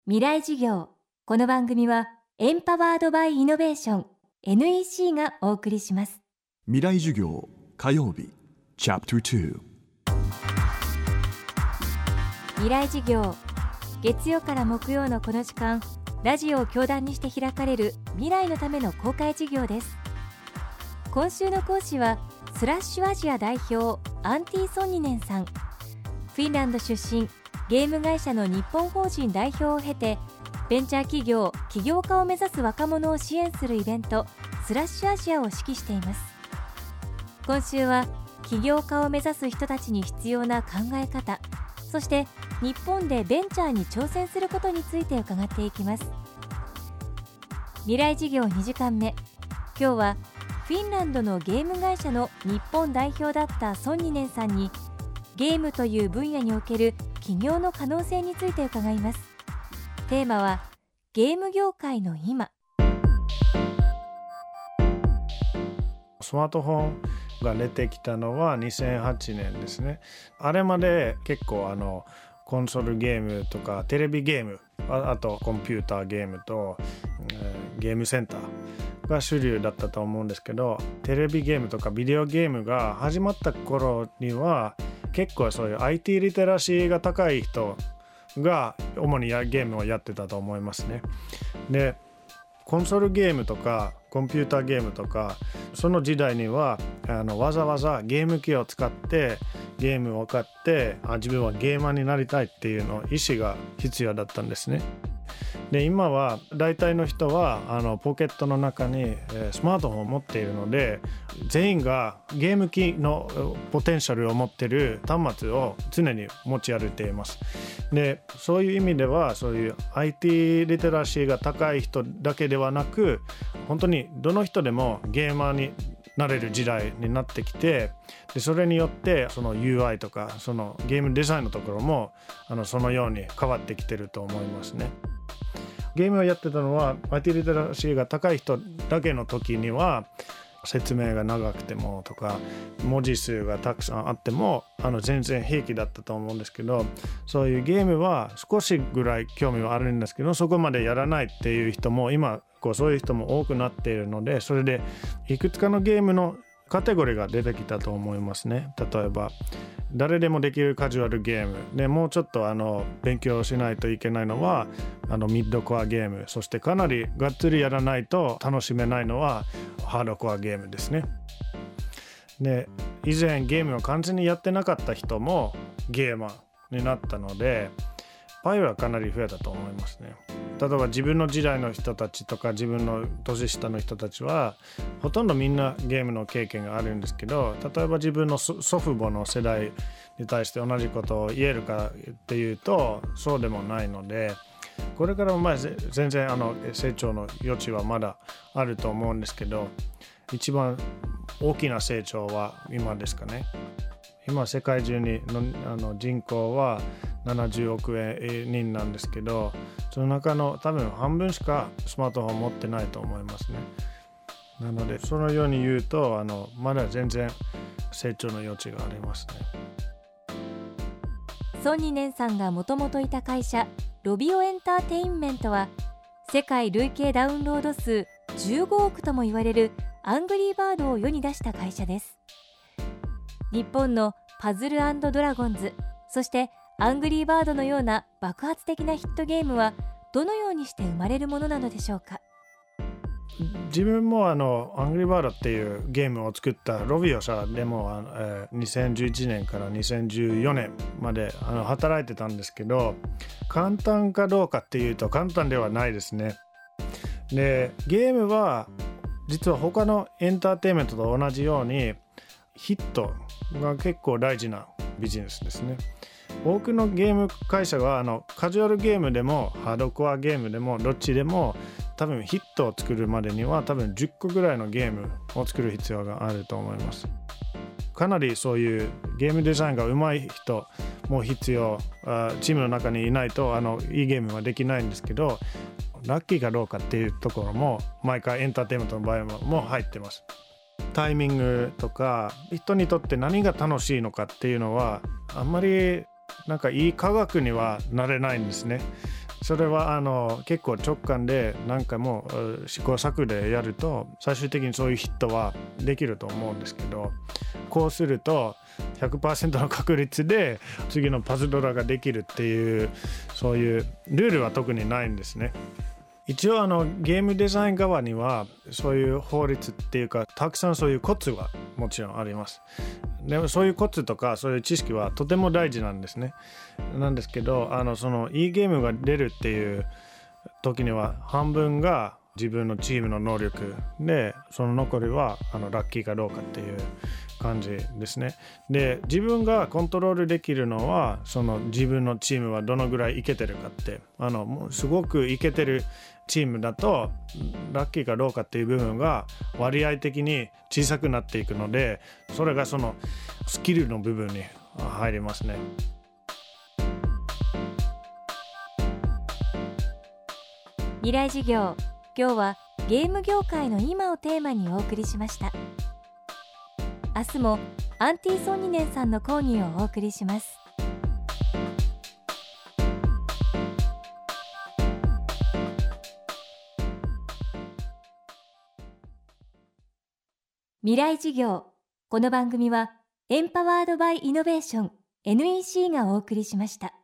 未来事業。この番組はエンパワードバイイノベーション NEC がお送りします。 未来授業火曜日チャプター2。 未来事業、月曜から木曜のこの時間、ラジオを教壇にして開かれる未来のための公開事業です。今週の講師はスラッシュアジア代表アンティ・ソンニネンさん。フィンランド出身、ゲーム会社の日本法人代表を経て、ベンチャー企業起業家を目指す若者を支援するイベントスラッシュアジアを指揮しています。今週は起業家を目指す人たちに必要な考え方、そして日本でベンチャーに挑戦することについて伺っていきます。未来事業2時間目、今日はフィンランドのゲーム会社の日本代表だったソンニネンさんに、ゲームという分野における起業の可能性について伺います。テーマはゲーム業界の今。 スマートフォンが出てきたのは2008年ですね。あれまで結構コンソールゲームとかテレビゲーム、あとコンピューターゲームと、ゲームセンターが主流だったと思うんですけど、テレビゲームとかビデオゲームが始まった頃には結構そういう IT リテラシーが高い人が主にゲームをやってたと思いますね。で、コンソールゲームとかコンピューターゲームとか、その時代にはわざわざゲーム機を使ってゲームを買って自分はゲーマーになりたいっていうの意思が必要だったんですね。で、今は大体の人はポケットの中にスマートフォンを持っているので、全員がゲーム機のポテンシャルを持っている端末を常に持ち歩いています。で、そういう意味ではそういう IT リテラシーが高い人だけではなく、本当にどの人でもゲーマーになれる時代になってきて、でそれによってその UI とかそのゲームデザインのところもそのように変わってきてると思いますね。ゲームをやってたのは IT リテラシーが高い人だけの時には、説明が長くてもとか文字数がたくさんあっても全然平気だったと思うんですけど、そういうゲームは少しぐらい興味はあるんですけど、そこまでやらないっていう人も今そういう人も多くなっているので、それでいくつかのゲームのカテゴリーが出てきたと思いますね。例えば誰でもできるカジュアルゲームで、もうちょっと勉強しないといけないのはミッドコアゲーム、そしてかなりがっつりやらないと楽しめないのはハードコアゲームですね。で、以前ゲームを完全にやってなかった人もゲーマーになったので、パイはかなり増えたと思いますね。例えば自分の時代の人たちとか自分の年下の人たちはほとんどみんなゲームの経験があるんですけど、例えば自分の祖父母の世代に対して同じことを言えるかっていうとそうでもないので、これからも全然成長の余地はまだあると思うんですけど、一番大きな成長は今ですかね。今世界中にの人口は70億人なんですけど、その中の多分半分しかスマートフォン持ってないと思いますね。なのでそのように言うとまだ全然成長の余地がありますね。 ソンニネンさんがもともといた会社ロビオエンターテインメントは、世界累計ダウンロード数15億とも言われるアングリーバードを世に出した会社です。日本のパズル&ドラゴンズ、そしてアングリーバードのような爆発的なヒットゲームはどのようにして生まれるものなのでしょうか。 自分もアングリーバードっていうゲームを作ったロビオ社でも2011年から2014年まで働いてたんですけど、簡単かどうかっていうと簡単ではないですね。で、ゲームは実は他のエンターテインメントと同じようにヒットが結構大事なビジネスですね。多くのゲーム会社はカジュアルゲームでもハードコアゲームでもどっちでも多分ヒットを作るまでには多分10個ぐらいのゲームを作る必要があると思います。かなりそういうゲームデザインが上手い人も必要、チームの中にいないといいゲームはできないんですけど、ラッキーかどうかっていうところも毎回エンターテインメントの場合も入ってます。タイミングとか人にとって何が楽しいのかっていうのはあんまりいい科学にはなれないんですね。 それは結構直感で何回も試行錯誤でやると最終的にそういうヒットはできると思うんですけど、こうすると 100% の確率で次のパズドラができるっていう、そういうルールは特にないんですね。一応ゲームデザイン側にはそういう法律っていうか、たくさんそういうコツはもちろんあります。でもそういうコツとかそういう知識はとても大事なんですね。なんですけどそのいいゲームが出るっていう時には半分が自分のチームの能力で、その残りはラッキーかどうかっていう感じですね。で自分がコントロールできるのはその自分のチームはどのぐらいイケてるかって、もうすごくイケてるチームだとラッキーかどうかっていう部分が割合的に小さくなっていくので、それがそのスキルの部分に入りますね。 未来授業、今日はゲーム業界の今をテーマにお送りしました。明日もアンティ・ソンニネンさんの講義をお送りします。未来授業。この番組はエンパワードバイイノベーション NEC がお送りしました。